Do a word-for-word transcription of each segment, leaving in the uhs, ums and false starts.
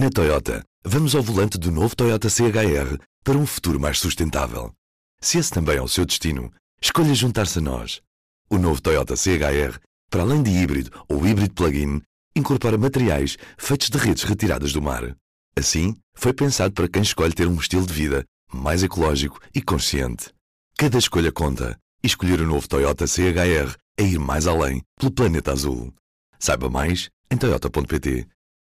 Na Toyota, vamos ao volante do novo Toyota C H R para um futuro mais sustentável. Se esse também é o seu destino, escolha juntar-se a nós. O novo Toyota C H R, para além de híbrido ou híbrido plug-in, incorpora materiais feitos de redes retiradas do mar. Assim, foi pensado para quem escolhe ter um estilo de vida mais ecológico e consciente. Cada escolha conta, e escolher o novo Toyota C H R é ir mais além pelo planeta azul. Saiba mais em toyota ponto pt.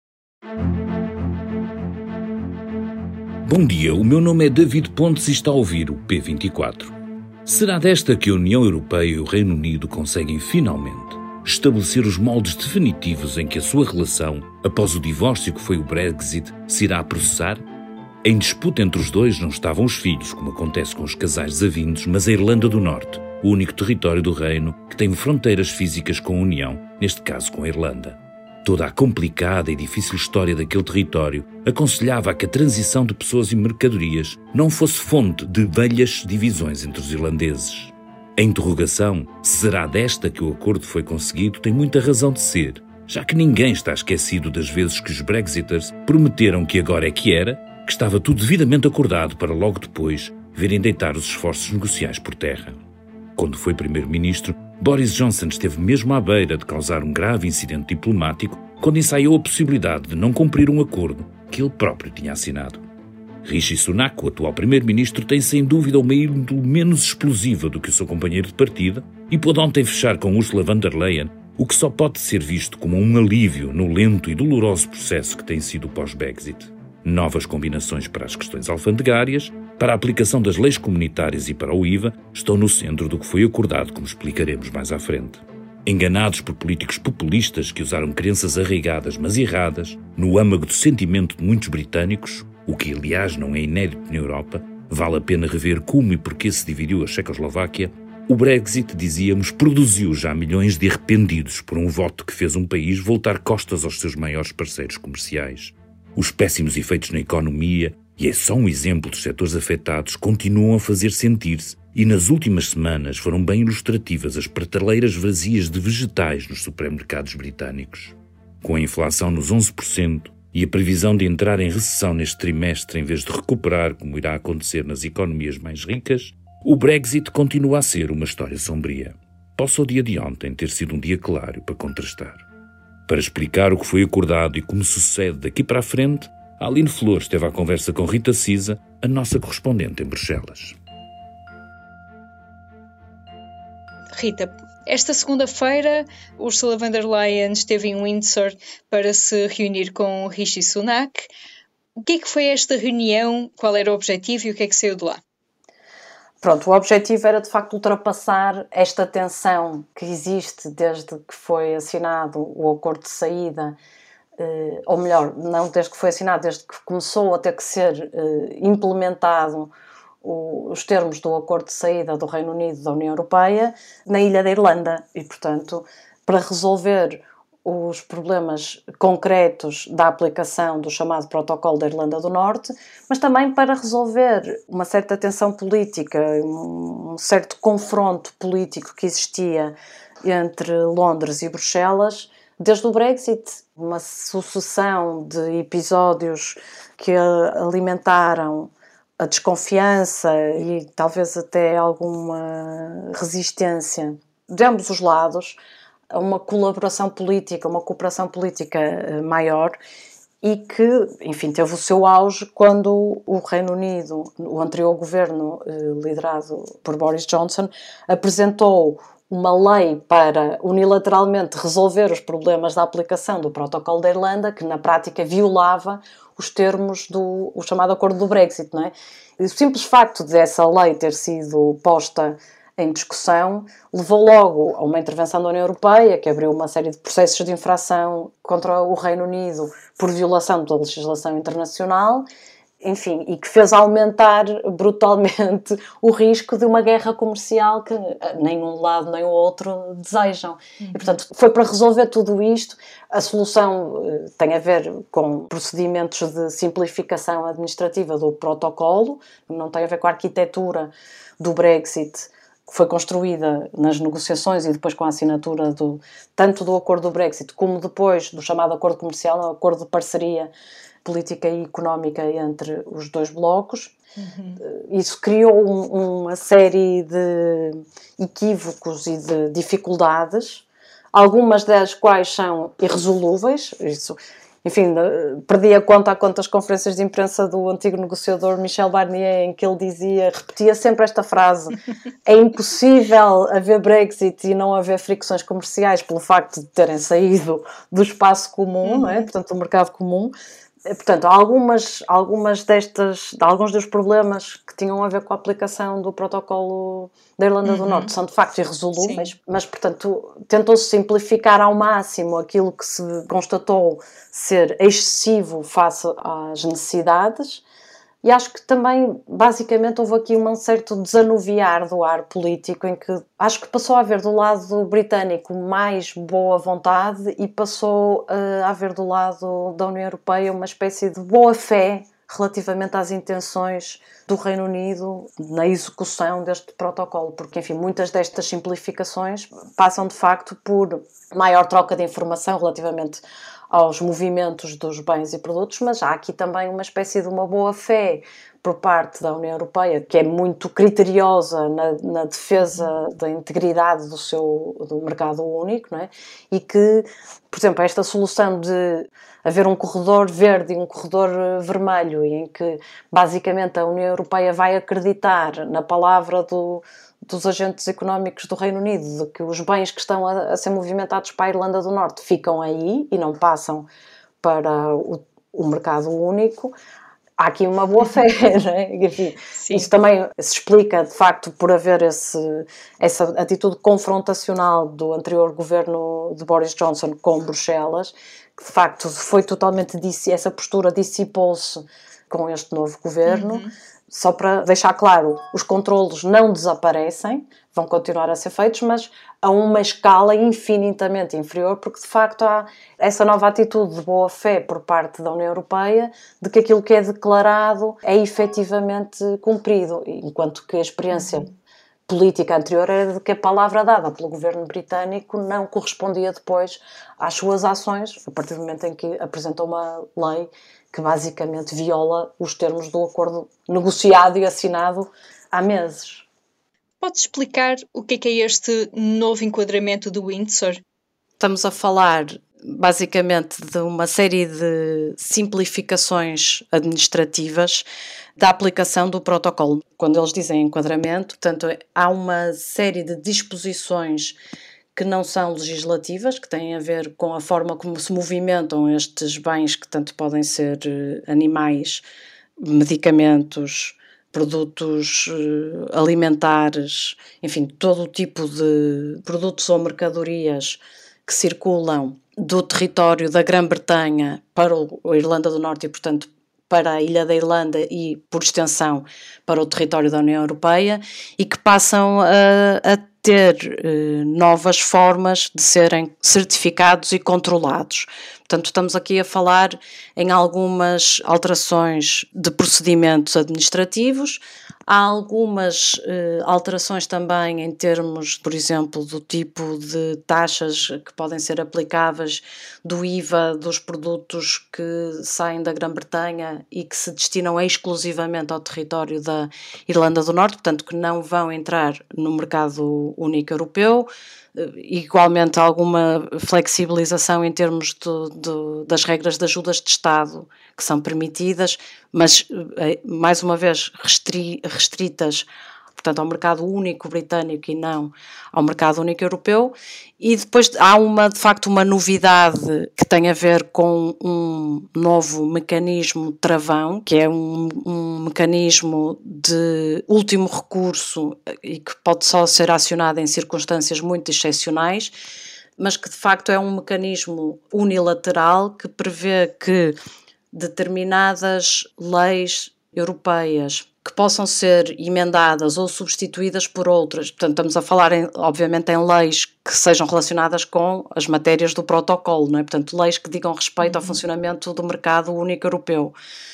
Bom dia, o meu nome é David Pontes e está a ouvir o P vinte e quatro. Será desta que a União Europeia e o Reino Unido conseguem finalmente estabelecer os moldes definitivos em que a sua relação, após o divórcio que foi o Brexit, se irá processar? Em disputa entre os dois não estavam os filhos, como acontece com os casais desavindos, mas a Irlanda do Norte, o único território do Reino que tem fronteiras físicas com a União, neste caso com a Irlanda. Toda a complicada e difícil história daquele território aconselhava a que a transição de pessoas e mercadorias não fosse fonte de velhas divisões entre os irlandeses. A interrogação, se será desta que o acordo foi conseguido, tem muita razão de ser, já que ninguém está esquecido das vezes que os Brexiters prometeram que agora é que era, que estava tudo devidamente acordado para logo depois verem deitar os esforços negociais por terra. Quando foi primeiro-ministro, Boris Johnson esteve mesmo à beira de causar um grave incidente diplomático quando ensaiou a possibilidade de não cumprir um acordo que ele próprio tinha assinado. Rishi Sunak, o atual primeiro-ministro, tem sem dúvida uma índole menos explosiva do que o seu companheiro de partida e pôde ontem fechar com Ursula von der Leyen o que só pode ser visto como um alívio no lento e doloroso processo que tem sido o pós-Brexit. Novas combinações para as questões alfandegárias, para a aplicação das leis comunitárias e para o I V A estão no centro do que foi acordado, como explicaremos mais à frente. Enganados por políticos populistas que usaram crenças arraigadas, mas erradas, no âmago do sentimento de muitos britânicos, o que aliás não é inédito na Europa, vale a pena rever como e porquê se dividiu a Checoslováquia, o Brexit, dizíamos, produziu já milhões de arrependidos por um voto que fez um país voltar costas aos seus maiores parceiros comerciais. Os péssimos efeitos na economia, e é só um exemplo dos setores afetados, continuam a fazer sentir-se e nas últimas semanas foram bem ilustrativas as prateleiras vazias de vegetais nos supermercados britânicos. Com a inflação nos onze por cento e a previsão de entrar em recessão neste trimestre em vez de recuperar, como irá acontecer nas economias mais ricas, o Brexit continua a ser uma história sombria. Possa o dia de ontem ter sido um dia claro para contrastar. Para explicar o que foi acordado e como sucede daqui para a frente, a Aline Flores esteve à conversa com Rita Cisa, a nossa correspondente em Bruxelas. Rita, esta segunda-feira, Ursula von der Leyen esteve em Windsor para se reunir com Rishi Sunak. O que é que foi esta reunião? Qual era o objetivo e o que é que saiu de lá? Pronto, o objetivo era de facto ultrapassar esta tensão que existe desde que foi assinado o acordo de saída, eh, ou melhor, não desde que foi assinado, desde que começou a ter que ser eh, implementado o, os termos do acordo de saída do Reino Unido da União Europeia na ilha da Irlanda. E, portanto, para resolver os problemas concretos da aplicação do chamado Protocolo da Irlanda do Norte, mas também para resolver uma certa tensão política, um certo confronto político que existia entre Londres e Bruxelas desde o Brexit, uma sucessão de episódios que alimentaram a desconfiança e talvez até alguma resistência de ambos os lados a uma colaboração política, uma cooperação política maior e que, enfim, teve o seu auge quando o Reino Unido, o anterior governo liderado por Boris Johnson, apresentou uma lei para unilateralmente resolver os problemas da aplicação do Protocolo da Irlanda, que na prática violava os termos do o chamado acordo do Brexit, não é? E o simples facto dessa lei ter sido posta em discussão, levou logo a uma intervenção da União Europeia, que abriu uma série de processos de infração contra o Reino Unido por violação da legislação internacional, enfim, e que fez aumentar brutalmente o risco de uma guerra comercial que nem um lado nem o outro desejam. Uhum. E, portanto, foi para resolver tudo isto. A solução tem a ver com procedimentos de simplificação administrativa do protocolo, não tem a ver com a arquitetura do Brexit, que foi construída nas negociações e depois com a assinatura do, tanto do acordo do Brexit como depois do chamado acordo comercial, um acordo de parceria política e económica entre os dois blocos. Uhum. Isso criou um, uma série de equívocos e de dificuldades, algumas das quais são irresolúveis. Isso, enfim, perdi a conta a quantas conferências de imprensa do antigo negociador Michel Barnier, em que ele dizia, repetia sempre esta frase: é impossível haver Brexit e não haver fricções comerciais pelo facto de terem saído do espaço comum, uhum. não é? Portanto, do mercado comum. Portanto, algumas, algumas destas, alguns dos problemas que tinham a ver com a aplicação do protocolo da Irlanda uhum. do Norte são de facto irresolúveis, Sim. mas, portanto, tentou-se simplificar ao máximo aquilo que se constatou ser excessivo face às necessidades. E acho que também, basicamente, houve aqui um certo desanuviar do ar político, em que acho que passou a haver do lado britânico mais boa vontade e passou a haver do lado da União Europeia uma espécie de boa-fé relativamente às intenções do Reino Unido na execução deste protocolo, porque, enfim, muitas destas simplificações passam, de facto, por maior troca de informação relativamente aos movimentos dos bens e produtos, mas há aqui também uma espécie de uma boa-fé por parte da União Europeia, que é muito criteriosa na, na defesa da integridade do seu do mercado único, não é? E que, por exemplo, esta solução de haver um corredor verde e um corredor vermelho, em que basicamente a União Europeia vai acreditar na palavra do dos agentes económicos do Reino Unido, de que os bens que estão a, a ser movimentados para a Irlanda do Norte ficam aí e não passam para o, o mercado único, há aqui uma boa fé, não é? Enfim, isso também se explica, de facto, por haver esse, essa atitude confrontacional do anterior governo de Boris Johnson com Bruxelas, que de facto foi totalmente, essa postura dissipou-se com este novo governo. Uhum. Só para deixar claro, os controlos não desaparecem, vão continuar a ser feitos, mas a uma escala infinitamente inferior, porque de facto há essa nova atitude de boa-fé por parte da União Europeia de que aquilo que é declarado é efetivamente cumprido, enquanto que a experiência uhum. política anterior era de que a palavra dada pelo governo britânico não correspondia depois às suas ações, a partir do momento em que apresentou uma lei que basicamente viola os termos do acordo negociado e assinado há meses. Pode explicar o que é, que é este novo enquadramento do Windsor? Estamos a falar basicamente de uma série de simplificações administrativas da aplicação do protocolo. Quando eles dizem enquadramento, portanto, há uma série de disposições que não são legislativas, que têm a ver com a forma como se movimentam estes bens, que tanto podem ser animais, medicamentos, produtos alimentares, enfim, todo o tipo de produtos ou mercadorias que circulam do território da Grã-Bretanha para a Irlanda do Norte e, portanto, para a Ilha da Irlanda e, por extensão, para o território da União Europeia e que passam a, a ter eh, novas formas de serem certificados e controlados. Portanto, estamos aqui a falar em algumas alterações de procedimentos administrativos, há algumas eh, alterações também em termos, por exemplo, do tipo de taxas que podem ser aplicáveis do I V A dos produtos que saem da Grã-Bretanha e que se destinam exclusivamente ao território da Irlanda do Norte, portanto que não vão entrar no mercado único europeu. Igualmente alguma flexibilização em termos do, do, das regras de ajudas de Estado que são permitidas, mas mais uma vez restri, restritas, portanto, ao mercado único britânico e não ao mercado único europeu. E depois há uma, de facto, uma novidade que tem a ver com um novo mecanismo travão, que é um, um mecanismo de último recurso e que pode só ser acionado em circunstâncias muito excepcionais, mas que de facto é um mecanismo unilateral que prevê que determinadas leis europeias que possam ser emendadas ou substituídas por outras, portanto estamos a falar em, obviamente em leis que sejam relacionadas com as matérias do protocolo, não é? Portanto leis que digam respeito uhum. ao funcionamento do mercado único europeu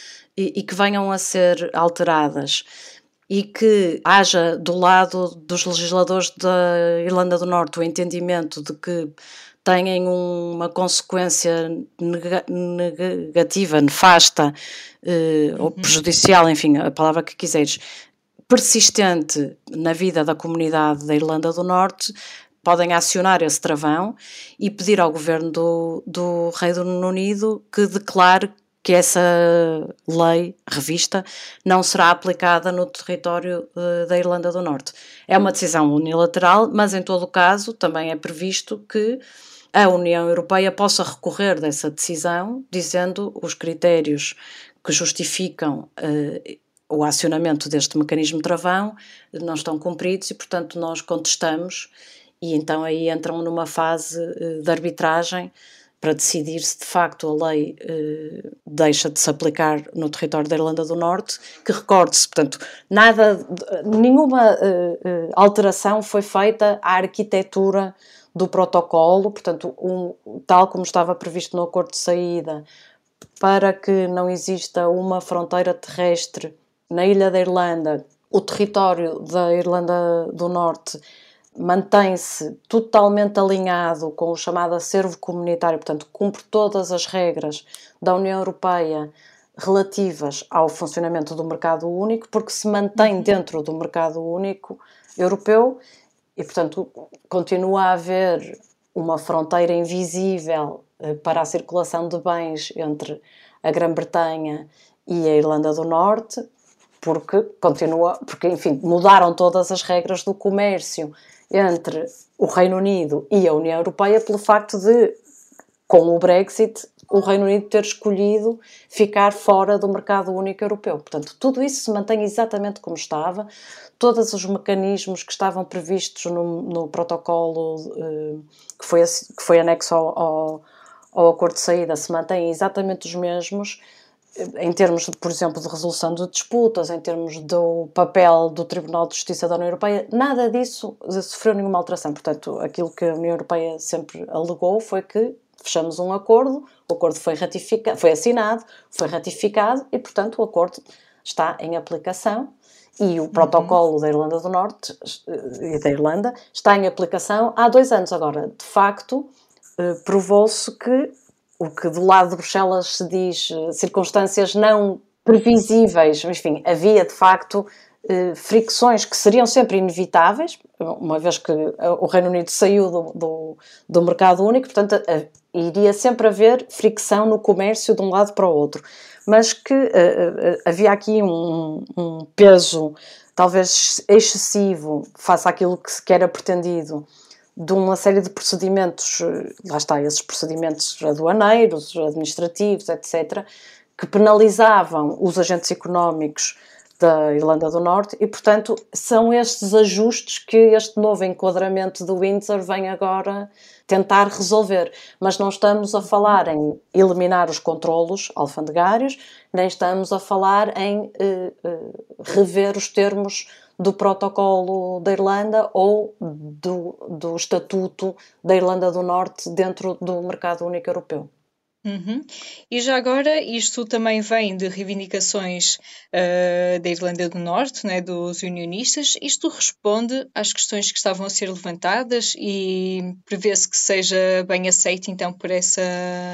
e, e que venham a ser alteradas e que haja do lado dos legisladores da Irlanda do Norte o entendimento de que têm uma consequência negativa, nefasta, eh, ou prejudicial, enfim, a palavra que quiseres, persistente na vida da comunidade da Irlanda do Norte, podem acionar esse travão e pedir ao governo do, do Reino Unido que declare que essa lei revista não será aplicada no território uh, da Irlanda do Norte. É uma decisão unilateral, mas em todo o caso também é previsto que a União Europeia possa recorrer dessa decisão, dizendo os critérios que justificam uh, o acionamento deste mecanismo travão não estão cumpridos e, portanto, nós contestamos, e então aí entram numa fase uh, de arbitragem para decidir se de facto a lei eh, deixa de se aplicar no território da Irlanda do Norte, que recorde-se, portanto, nada, nenhuma eh, eh, alteração foi feita à arquitetura do protocolo, portanto, um, tal como estava previsto no acordo de saída, para que não exista uma fronteira terrestre na ilha da Irlanda, o território da Irlanda do Norte mantém-se totalmente alinhado com o chamado acervo comunitário, portanto, cumpre todas as regras da União Europeia relativas ao funcionamento do mercado único, porque se mantém dentro do mercado único europeu e, portanto, continua a haver uma fronteira invisível para a circulação de bens entre a Grã-Bretanha e a Irlanda do Norte, porque continua, porque, enfim, mudaram todas as regras do comércio entre o Reino Unido e a União Europeia pelo facto de, com o Brexit, o Reino Unido ter escolhido ficar fora do mercado único europeu. Portanto, tudo isso se mantém exatamente como estava, todos os mecanismos que estavam previstos no, no protocolo eh, que, foi, que foi anexo ao, ao, ao acordo de saída se mantêm exatamente os mesmos, em termos, por exemplo, de resolução de disputas, em termos do papel do Tribunal de Justiça da União Europeia, nada disso sofreu nenhuma alteração. Portanto, aquilo que a União Europeia sempre alegou foi que fechamos um acordo, o acordo foi ratificado, foi assinado, foi ratificado e, portanto, o acordo está em aplicação e o protocolo uhum. da Irlanda do Norte e da Irlanda está em aplicação há dois anos. Agora, de facto, provou-se que o que do lado de Bruxelas se diz circunstâncias não previsíveis, enfim, havia de facto fricções que seriam sempre inevitáveis, uma vez que o Reino Unido saiu do, do, do mercado único, portanto iria sempre haver fricção no comércio de um lado para o outro, mas que uh, havia aqui um, um peso talvez excessivo face àquilo que, que era pretendido, de uma série de procedimentos, lá está, esses procedimentos aduaneiros, administrativos, etcétera, que penalizavam os agentes económicos da Irlanda do Norte e, portanto, são estes ajustes que este novo enquadramento do Windsor vem agora tentar resolver. Mas não estamos a falar em eliminar os controlos alfandegários, nem estamos a falar em eh, eh, rever os termos do protocolo da Irlanda ou do, do estatuto da Irlanda do Norte dentro do mercado único europeu. Uhum. E já agora, isto também vem de reivindicações uh, da Irlanda do Norte, né, dos unionistas. Isto responde às questões que estavam a ser levantadas e prevê-se que seja bem aceito então por essa...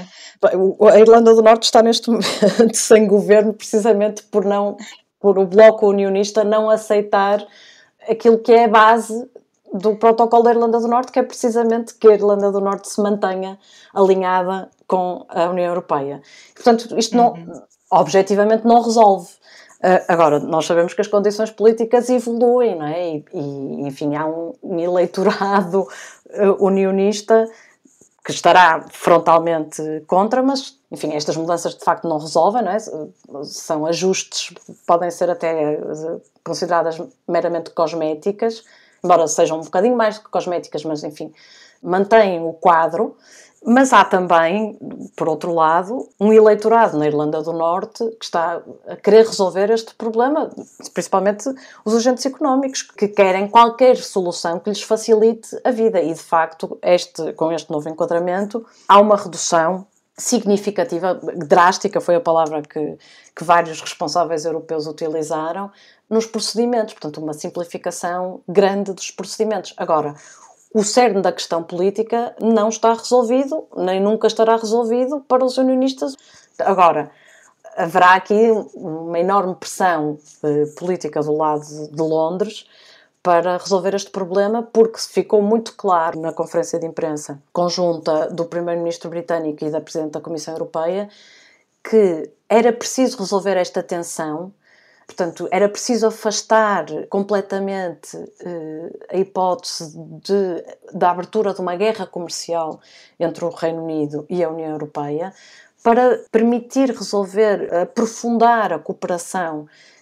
A Irlanda do Norte está neste momento sem governo precisamente por não... por o bloco unionista não aceitar aquilo que é a base do protocolo da Irlanda do Norte, que é precisamente que a Irlanda do Norte se mantenha alinhada com a União Europeia. Portanto, isto não, uhum. objetivamente não resolve. Uh, agora, nós sabemos que as condições políticas evoluem, não é? E, e enfim, há um, um eleitorado uh, unionista que estará frontalmente contra, mas, enfim, estas mudanças de facto não resolvem, não é? São ajustes, podem ser até consideradas meramente cosméticas, embora sejam um bocadinho mais que cosméticas, mas, enfim, mantêm o quadro. Mas há também, por outro lado, um eleitorado na Irlanda do Norte que está a querer resolver este problema, principalmente os agentes económicos, que querem qualquer solução que lhes facilite a vida. E, de facto, este, com este novo enquadramento, há uma redução significativa, drástica foi a palavra que, que vários responsáveis europeus utilizaram, nos procedimentos. Portanto, uma simplificação grande dos procedimentos. Agora, o cerne da questão política não está resolvido, nem nunca estará resolvido para os unionistas. Agora, haverá aqui uma enorme pressão eh, política do lado de Londres para resolver este problema, porque ficou muito claro na conferência de imprensa conjunta do primeiro-ministro britânico e da Presidente da Comissão Europeia que era preciso resolver esta tensão. Portanto, era preciso afastar completamente eh, a hipótese de, da abertura de uma guerra comercial entre o Reino Unido e a União Europeia para permitir resolver, aprofundar a cooperação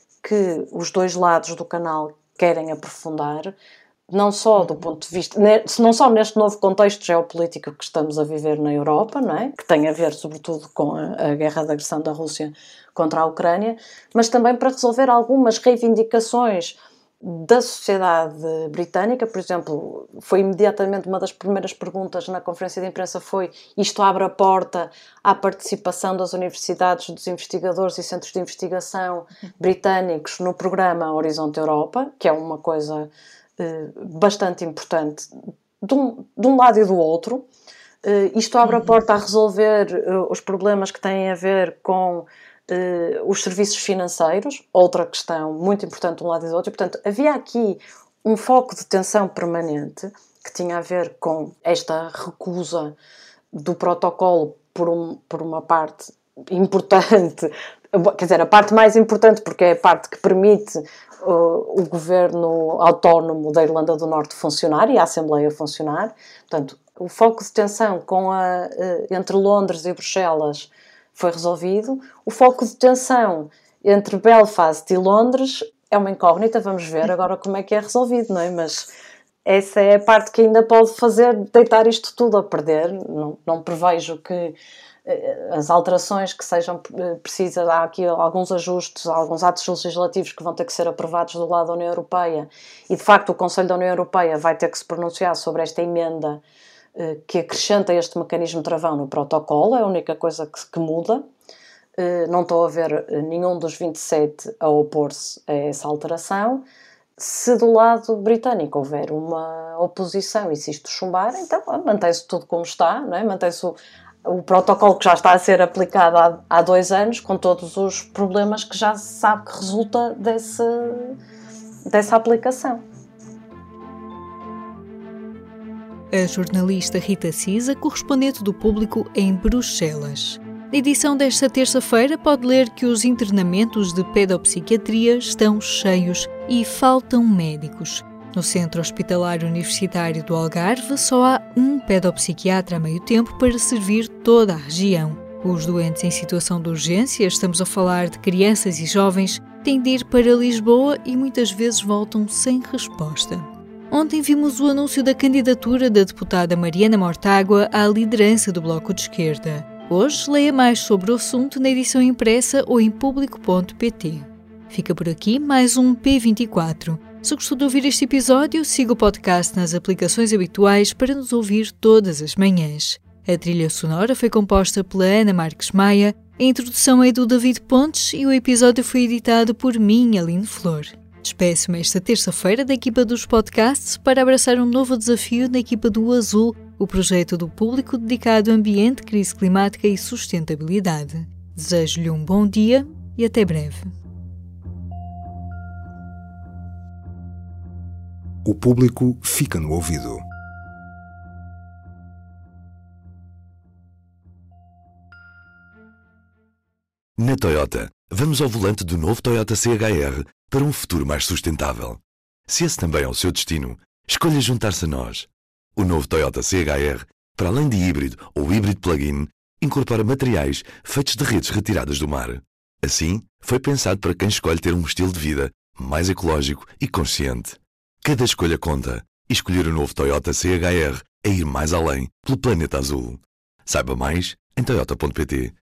que os dois lados do canal querem aprofundar, não só do ponto de vista, não só neste novo contexto geopolítico que estamos a viver na Europa, não é? Que tem a ver sobretudo com a, a guerra de agressão da Rússia contra a Ucrânia, mas também para resolver algumas reivindicações da sociedade britânica. Por exemplo, foi imediatamente uma das primeiras perguntas na conferência de imprensa foi: isto abre a porta à participação das universidades, dos investigadores e centros de investigação britânicos no programa Horizonte Europa, que é uma coisa eh, bastante importante de um, de um lado e do outro. Eh, isto abre a porta a resolver eh, os problemas que têm a ver com Uh, os serviços financeiros, outra questão muito importante de um lado e do outro. E, portanto, havia aqui um foco de tensão permanente que tinha a ver com esta recusa do protocolo por, um, por uma parte importante, quer dizer, a parte mais importante porque é a parte que permite uh, o governo autónomo da Irlanda do Norte funcionar e a Assembleia funcionar. Portanto, o foco de tensão com a, uh, entre Londres e Bruxelas foi resolvido. O foco de tensão entre Belfast e Londres é uma incógnita, vamos ver agora como é que é resolvido, não é? Mas essa é a parte que ainda pode fazer deitar isto tudo a perder. Não, não prevejo que eh, as alterações que sejam precisas, há aqui alguns ajustes, alguns atos legislativos que vão ter que ser aprovados do lado da União Europeia e, de facto, o Conselho da União Europeia vai ter que se pronunciar sobre esta emenda que acrescenta este mecanismo travão no protocolo, é a única coisa que, que muda. Não estou a ver nenhum dos vinte e sete a opor-se a essa alteração. Se do lado britânico houver uma oposição e se isto chumbar, então mantém-se tudo como está, não é? Mantém-se o, o protocolo que já está a ser aplicado há, há dois anos, com todos os problemas que já se sabe que resulta desse, dessa aplicação. A jornalista Rita Cisa, correspondente do Público em Bruxelas. Na edição desta terça-feira pode ler que os internamentos de pedopsiquiatria estão cheios e faltam médicos. No Centro Hospitalar Universitário do Algarve só há um pedopsiquiatra a meio tempo para servir toda a região. Os doentes em situação de urgência, estamos a falar de crianças e jovens, têm de ir para Lisboa e muitas vezes voltam sem resposta. Ontem vimos o anúncio da candidatura da deputada Mariana Mortágua à liderança do Bloco de Esquerda. Hoje, leia mais sobre o assunto na edição impressa ou em público ponto pt. Fica por aqui mais um P vinte e quatro. Se gostou de ouvir este episódio, siga o podcast nas aplicações habituais para nos ouvir todas as manhãs. A trilha sonora foi composta pela Ana Marques Maia, a introdução é do David Pontes e o episódio foi editado por mim, Aline Flor. Despeço-me esta terça-feira da equipa dos podcasts para abraçar um novo desafio na equipa do Azul, o projeto do Público dedicado ao ambiente, crise climática e sustentabilidade. Desejo-lhe um bom dia e até breve. O Público fica no ouvido. Na Toyota, vamos ao volante do novo Toyota C H R para um futuro mais sustentável. Se esse também é o seu destino, escolha juntar-se a nós. O novo Toyota C H R, para além de híbrido ou híbrido plug-in, incorpora materiais feitos de redes retiradas do mar. Assim, foi pensado para quem escolhe ter um estilo de vida mais ecológico e consciente. Cada escolha conta, e escolher o novo Toyota C H R é ir mais além pelo planeta azul. Saiba mais em toyota ponto pt.